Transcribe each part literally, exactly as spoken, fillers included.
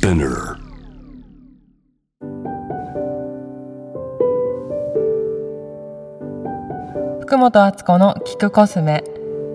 Spinner. 福本敦子の聞くコスメ。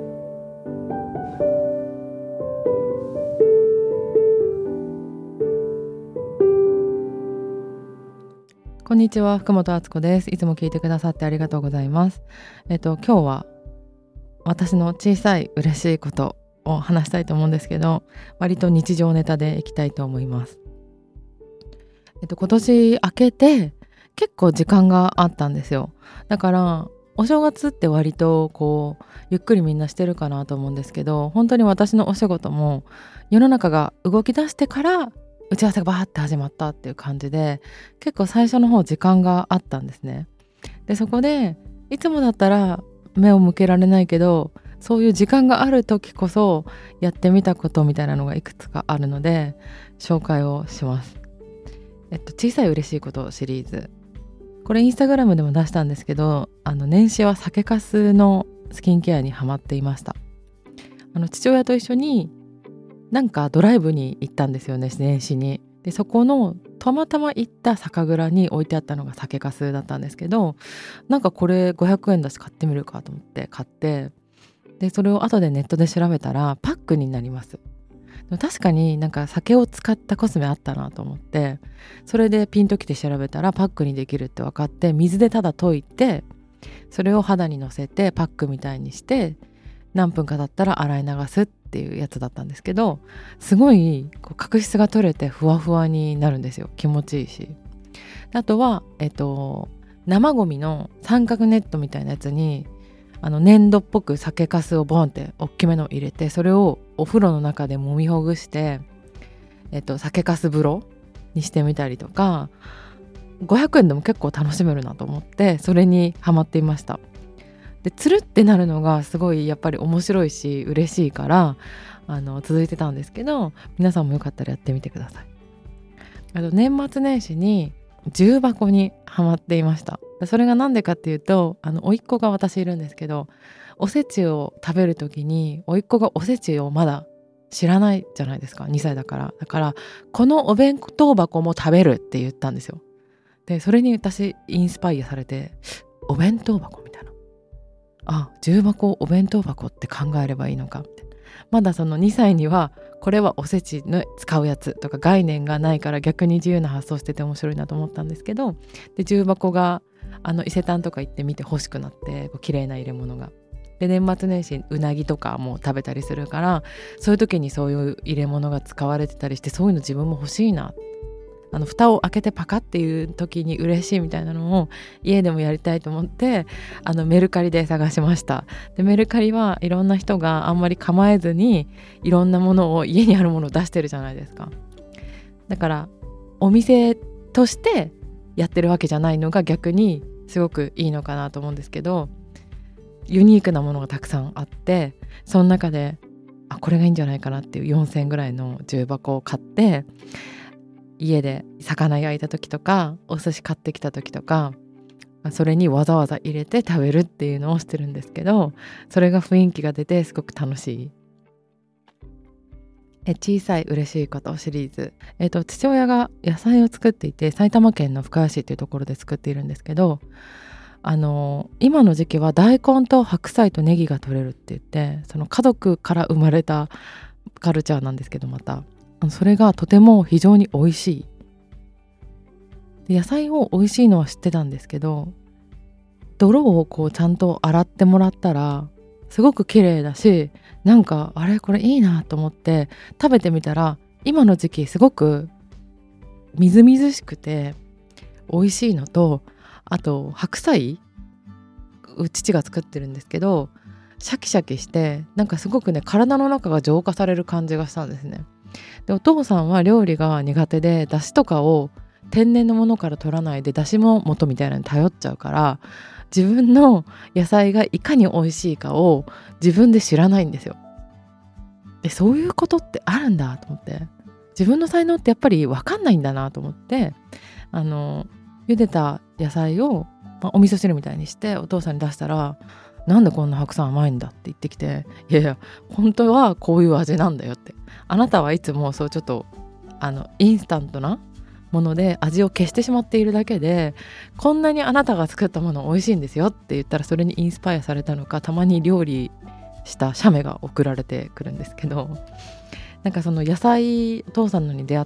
こんにちは、福本敦子です。いつも聞いてくださってありがとうございます。えっと今日は私の小さい嬉しいことを話したいと思うんですけど、割と日常ネタでいきたいと思います。えっと今年明けて結構時間があったんですよ。だからお正月って割とこうゆっくりみんなしてるかなと思うんですけど、本当に私のお仕事も世の中が動き出してから打ち合わせがバーって始まったっていう感じで、結構最初の方時間があったんですね。でそこでいつもだったら目を向けられないけど、そういう時間がある時こそやってみたことみたいなのがいくつかあるので紹介をします。えっと小さい嬉しいことシリーズ、これインスタグラムでも出したんですけど、あの年始は酒粕のスキンケアにハマっていました。あの父親と一緒になんかドライブに行ったんですよね、年始に。でそこのたまたま行った酒蔵に置いてあったのが酒粕だったんですけど、なんかこれごひゃくえんだし買ってみるかと思って買って、でそれを後でネットで調べたらパックになります。でも確かになんか酒を使ったコスメあったなと思って、それでピンときて調べたらパックにできるって分かって、水でただ溶いてそれを肌にのせてパックみたいにして何分か経ったら洗い流すっていうやつだったんですけど、すごいこう角質が取れてふわふわになるんですよ。気持ちいいし。あとはえっと生ゴミの三角ネットみたいなやつにあの粘土っぽく酒粕をボンって大きめの入れて、それをお風呂の中で揉みほぐして、えっと、酒粕風呂にしてみたりとか、ごひゃくえんでも結構楽しめるなと思ってそれにハマっていました。でつるってなるのがすごいやっぱり面白いし嬉しいからあの続いてたんですけど、皆さんもよかったらやってみてください。あと年末年始に重箱にハマっていました。それがなんでかっていうと、あの甥っ子が私いるんですけど、おせちを食べる時に甥っ子がおせちをまだ知らないじゃないですか、にさいだから。だからこのお弁当箱も食べるって言ったんですよ。でそれに私インスパイアされて、お弁当箱みたいな、あ、重箱お弁当箱って考えればいいのかって。まだそのにさいにはこれはおせちの使うやつとか概念がないから、逆に自由な発想してて面白いなと思ったんですけど、で重箱があの伊勢丹とか行ってみて欲しくなって、こう綺麗な入れ物が、で年末年始うなぎとかも食べたりするから、そういう時にそういう入れ物が使われてたりして、そういうの自分も欲しいな、あの蓋を開けてパカっていう時に嬉しいみたいなのを家でもやりたいと思って、あのメルカリで探しました。でメルカリはいろんな人があんまり構えずにいろんなものを、家にあるものを出してるじゃないですか。だからお店としてやってるわけじゃないのが逆にすごくいいのかなと思うんですけど、ユニークなものがたくさんあって、その中であこれがいいんじゃないかなっていうよんせんえんぐらいの重箱を買って、家で魚焼いた時とかお寿司買ってきた時とか、それにわざわざ入れて食べるっていうのをしてるんですけど、それが雰囲気が出てすごく楽しい。え小さい嬉しいことシリーズ、えっと父親が野菜を作っていて、埼玉県の深谷市っていうところで作っているんですけど、あの今の時期は大根と白菜とネギが取れるって言って、その家族から生まれたカルチャーなんですけど、またそれがとても非常に美味しい。で野菜を美味しいのは知ってたんですけど、泥をこうちゃんと洗ってもらったらすごく綺麗だし、なんかあれこれいいなと思って食べてみたら、今の時期すごくみずみずしくて美味しいのと、あと白菜父が作ってるんですけど、シャキシャキしてなんかすごくね体の中が浄化される感じがしたんですね。でお父さんは料理が苦手で、出汁とかを天然のものから取らないで出汁も元みたいなのに頼っちゃうから、自分の野菜がいかに美味しいかを自分で知らないんですよ。でそういうことってあるんだと思って、自分の才能ってやっぱり分かんないんだなと思って、あの茹でた野菜を、まあ、お味噌汁みたいにしてお父さんに出したら、なんでこんな白菜甘いんだって言ってきて、いやいや本当はこういう味なんだよって、あなたはいつもそうちょっとあのインスタントなもので味を消してしまっているだけで、こんなにあなたが作ったもの美味しいんですよって言ったら、それにインスパイアされたのか、たまに料理した写メが送られてくるんですけど、なんかその野菜お父さんのに出会って、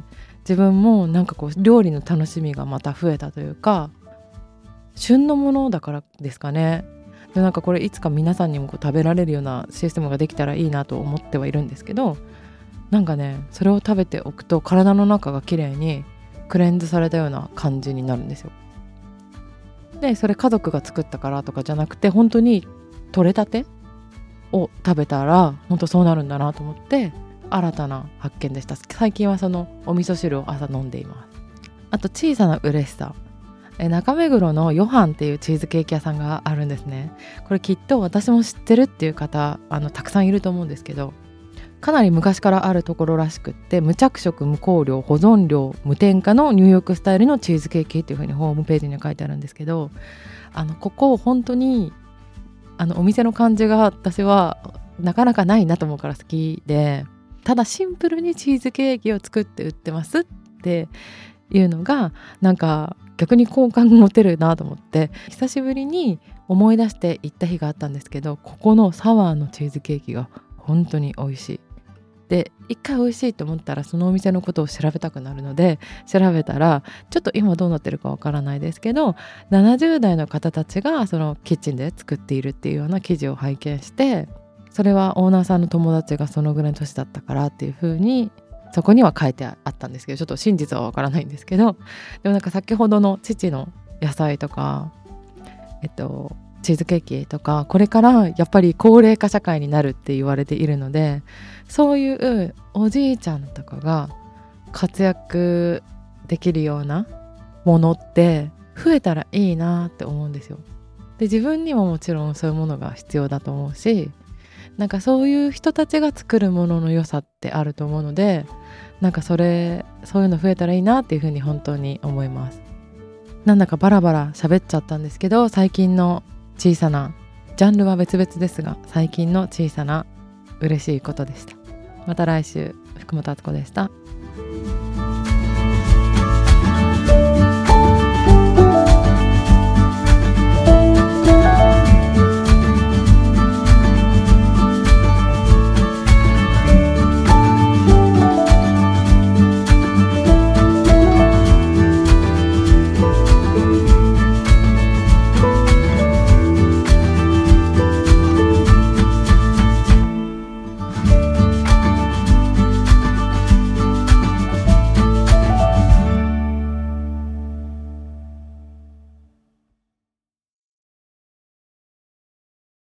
自分もなんかこう料理の楽しみがまた増えたというか、旬のものだからですかね。でなんかこれいつか皆さんにもこう食べられるようなシステムができたらいいなと思ってはいるんですけど、なんかねそれを食べておくと体の中がきれいにクレンズされたような感じになるんですよ。でそれ家族が作ったからとかじゃなくて、本当に取れたてを食べたら本当そうなるんだなと思って、新たな発見でした。最近はそのお味噌汁を朝飲んでいます。あと小さな嬉しさ、え中目黒のヨハンっていうチーズケーキ屋さんがあるんですね。これきっと私も知ってるっていう方あのたくさんいると思うんですけど、かなり昔からあるところらしくって、無着色無香料保存料無添加のニューヨークスタイルのチーズケーキっていう風にホームページに書いてあるんですけど、あのここ本当にあのお店の感じが私はなかなかないなと思うから好きで、ただシンプルにチーズケーキを作って売ってますっていうのがなんか逆に好感持てるなと思って、久しぶりに思い出して行った日があったんですけど、ここのサワーのチーズケーキが本当に美味しい。で一回美味しいと思ったらそのお店のことを調べたくなるので、調べたらちょっと今どうなってるかわからないですけど、ななじゅう代の方たちがそのキッチンで作っているっていうような記事を拝見して、それはオーナーさんの友達がそのぐらいの年だったからっていう風にそこには書いてあったんですけど、ちょっと真実はわからないんですけど、でもなんか先ほどの父の野菜とかえっとチーズケーキとか、これからやっぱり高齢化社会になるって言われているので、そういうおじいちゃんとかが活躍できるようなものって増えたらいいなって思うんですよ。で自分にももちろんそういうものが必要だと思うし、なんかそういう人たちが作るものの良さってあると思うので、なんかそれそういうの増えたらいいなっていうふうに本当に思います。なんだかバラバラ喋っちゃったんですけど、最近の小さな、ジャンルは別々ですが最近の小さな嬉しいことでした。また来週。福本敦子でした。